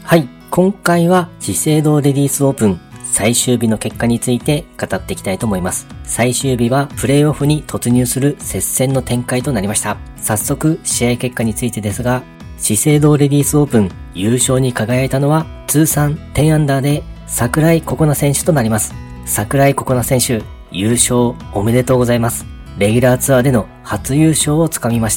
はい、今回は資生堂レディースオープン最終日の結果について語っていきたいと思います。最終日はプレーオフに突入する接戦の展開となりました。早速試合結果についてですが、資生堂レディースオープン優勝に輝いたのは通算10アンダーで櫻井心那選手となります。櫻井心那選手、優勝おめでとうございます。レギュラーツアーでの初優勝をつかみました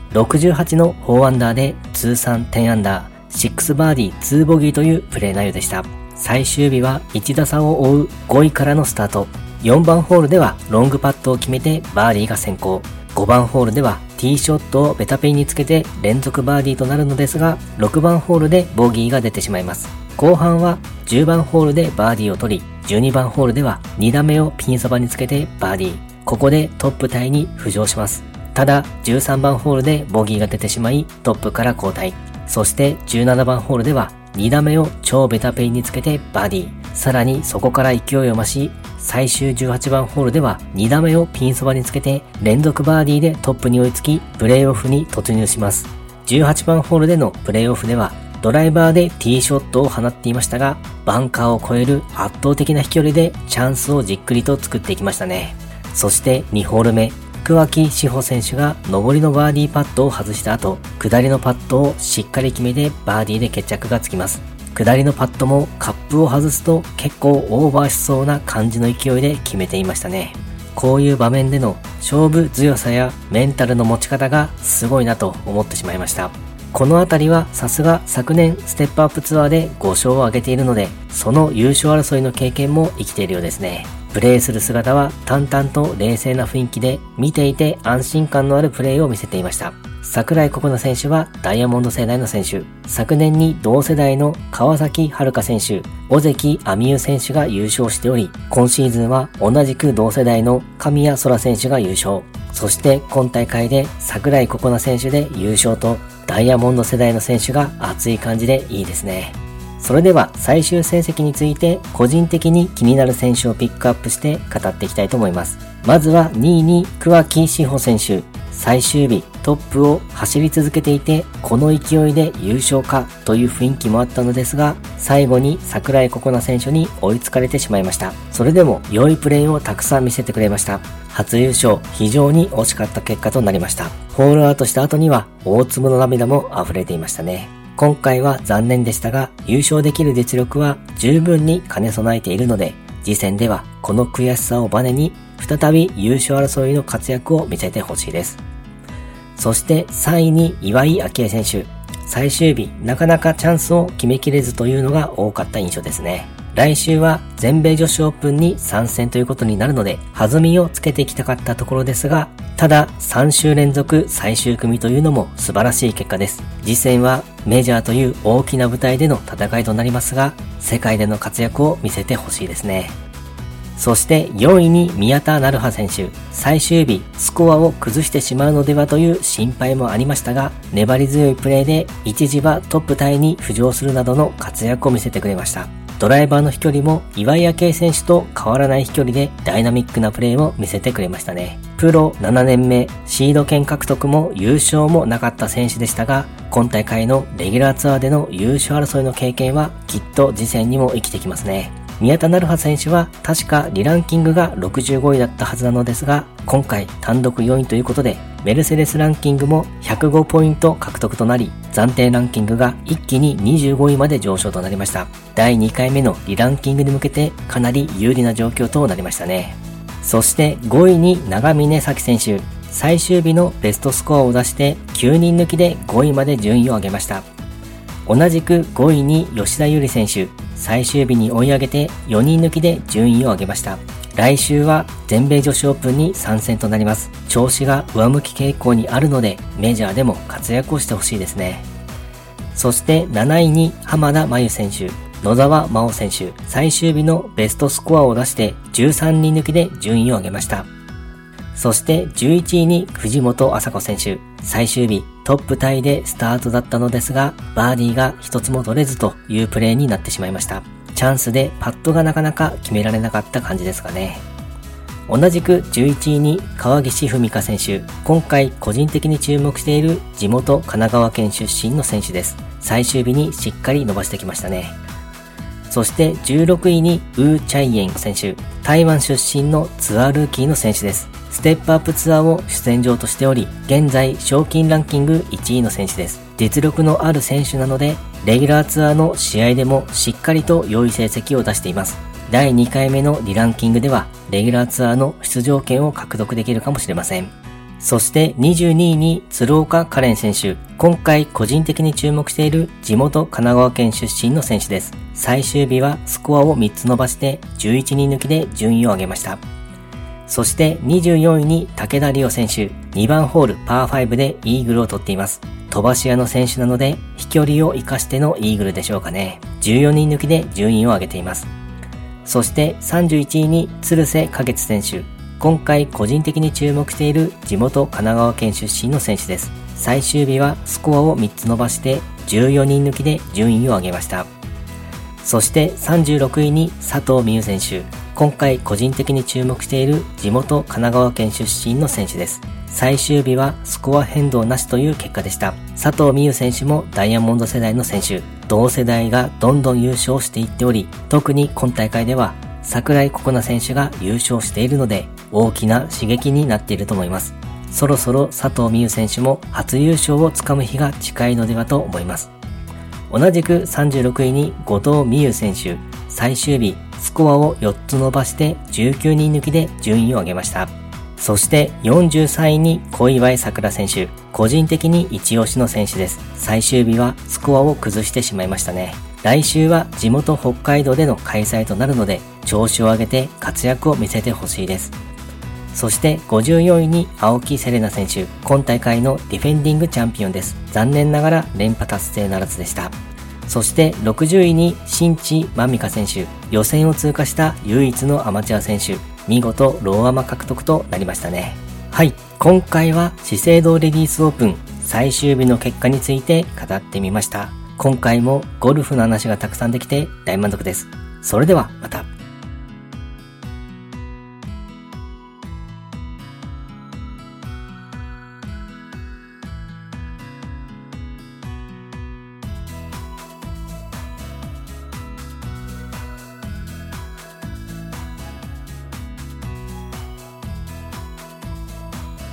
。68の4アンダーで通算10アンダー、6バーディー2ボギーというプレー内容でした。最終日は1打差を追う5位からのスタート。4番ホールではロングパットを決めてバーディーが先行。5番ホールではティーショットをベタピンにつけて連続バーディーとなるのですが、6番ホールでボギーが出てしまいます。後半は10番ホールでバーディーを取り、12番ホールでは2打目をピンそばにつけてバーディー。ここでトップタイに浮上します。ただ13番ホールでボギーが出てしまいトップから後退。そして17番ホールでは2打目を超ベタピンにつけてバーディー。さらにそこから勢いを増し、最終18番ホールでは2打目をピンそばにつけて連続バーディーでトップに追いつき、プレーオフに突入します。18番ホールでのプレーオフではドライバーでティーショットを放っていましたが、バンカーを越える圧倒的な飛距離でチャンスをじっくりと作っていきましたね。そして2ホール目、桑木志帆選手が上りのバーディーパットを外した後、下りのパットをしっかり決めてバーディーで決着がつきます。下りのパットもカップを外すと結構オーバーしそうな感じの勢いで決めていましたね。こういう場面での勝負強さやメンタルの持ち方がすごいなと思ってしまいました。このあたりはさすが昨年ステップアップツアーで5勝を挙げているので、その優勝争いの経験も生きているようですね。プレーする姿は淡々と冷静な雰囲気で、見ていて安心感のあるプレーを見せていました。櫻井心那選手はダイヤモンド世代の選手。昨年に同世代の川崎春花選手、尾関亜美優選手が優勝しており、今シーズンは同じく同世代の神谷そら選手が優勝。そして今大会で櫻井心那選手で優勝と、ダイヤモンド世代の選手が熱い感じでいいですね。それでは最終成績について個人的に気になる選手をピックアップして語っていきたいと思います。まずは2位に桑木志帆選手。最終日トップを走り続けていて、この勢いで優勝かという雰囲気もあったのですが、最後に櫻井心那選手に追いつかれてしまいました。それでも良いプレーをたくさん見せてくれました。初優勝、非常に惜しかった結果となりました。ホールアウトした後には大粒の涙も溢れていましたね。今回は残念でしたが、優勝できる実力は十分に兼ね備えているので、次戦ではこの悔しさをバネに再び優勝争いの活躍を見せてほしいです。そして3位に岩井明愛選手。最終日なかなかチャンスを決めきれずというのが多かった印象ですね。来週は全米女子オープンに参戦ということになるので、弾みをつけていきたかったところですが、ただ3週連続最終組というのも素晴らしい結果です。次戦はメジャーという大きな舞台での戦いとなりますが、世界での活躍を見せてほしいですね。そして4位に宮田成葉選手。最終日スコアを崩してしまうのではという心配もありましたが、粘り強いプレーで一時はトップタイに浮上するなどの活躍を見せてくれました。ドライバーの飛距離も岩井明愛選手と変わらない飛距離でダイナミックなプレーを見せてくれましたね。プロ7年目、シード権獲得も優勝もなかった選手でしたが、今大会のレギュラーツアーでの優勝争いの経験はきっと次戦にも生きてきますね。宮田成葉選手は確かリランキングが65位だったはずなのですが、今回単独4位ということで、メルセデスランキングも105ポイント獲得となり、暫定ランキングが一気に25位まで上昇となりました。第2回目のリランキングに向けてかなり有利な状況となりましたね。そして5位に長峰咲希選手。最終日のベストスコアを出して9人抜きで5位まで順位を上げました。同じく5位に吉田優利選手。最終日に追い上げて4人抜きで順位を上げました。来週は全米女子オープンに参戦となります。調子が上向き傾向にあるので、メジャーでも活躍をしてほしいですね。そして7位に浜田真由選手、野沢真央選手。最終日のベストスコアを出して13人抜きで順位を上げました。そして11位に藤本麻子選手。最終日トップタイでスタートだったのですが、バーディーが一つも取れずというプレーになってしまいました。チャンスでパットがなかなか決められなかった感じですかね。 同じく11位に川岸文香選手。今回個人的に注目している地元神奈川県出身の選手です。最終日にしっかり伸ばしてきましたね。そして16位にウー・チャイエン選手。台湾出身のツアールーキーの選手です。ステップアップツアーを主戦場としており、現在賞金ランキング1位の選手です。実力のある選手なので、レギュラーツアーの試合でもしっかりと良い成績を出しています。第2回目のリランキングでは、レギュラーツアーの出場権を獲得できるかもしれません。そして22位に鶴岡果恋選手。今回個人的に注目している地元神奈川県出身の選手です。最終日はスコアを3つ伸ばして11人抜きで順位を上げました。そして24位に武田理央選手。2番ホールパー5でイーグルを取っています。飛ばし屋の選手なので飛距離を活かしてのイーグルでしょうかね。14人抜きで順位を上げています。そして31位に鶴瀬花月選手。今回個人的に注目している地元神奈川県出身の選手です。最終日はスコアを3つ伸ばして14人抜きで順位を上げました。そして36位に佐藤美優選手。今回個人的に注目している地元神奈川県出身の選手です。最終日はスコア変動なしという結果でした。佐藤美優選手もダイヤモンド世代の選手。同世代がどんどん優勝していっており、特に今大会では櫻井心那選手が優勝しているので大きな刺激になっていると思います。そろそろ佐藤美優選手も初優勝をつかむ日が近いのではと思います。同じく36位に後藤美優選手。最終日スコアを4つ伸ばして19人抜きで順位を上げました。そして43位に小祝さくら選手。個人的に一押しの選手です。最終日はスコアを崩してしまいましたね。来週は地元北海道での開催となるので、調子を上げて活躍を見せてほしいです。そして54位に青木瀬令奈選手。今大会のディフェンディングチャンピオンです。残念ながら連覇達成ならずでした。そして60位に新地真美香選手。予選を通過した唯一のアマチュア選手。見事ローアマ獲得となりましたね。はい、今回は資生堂レディースオープン最終日の結果について語ってみました。今回もゴルフの話がたくさんできて大満足です。それではまた。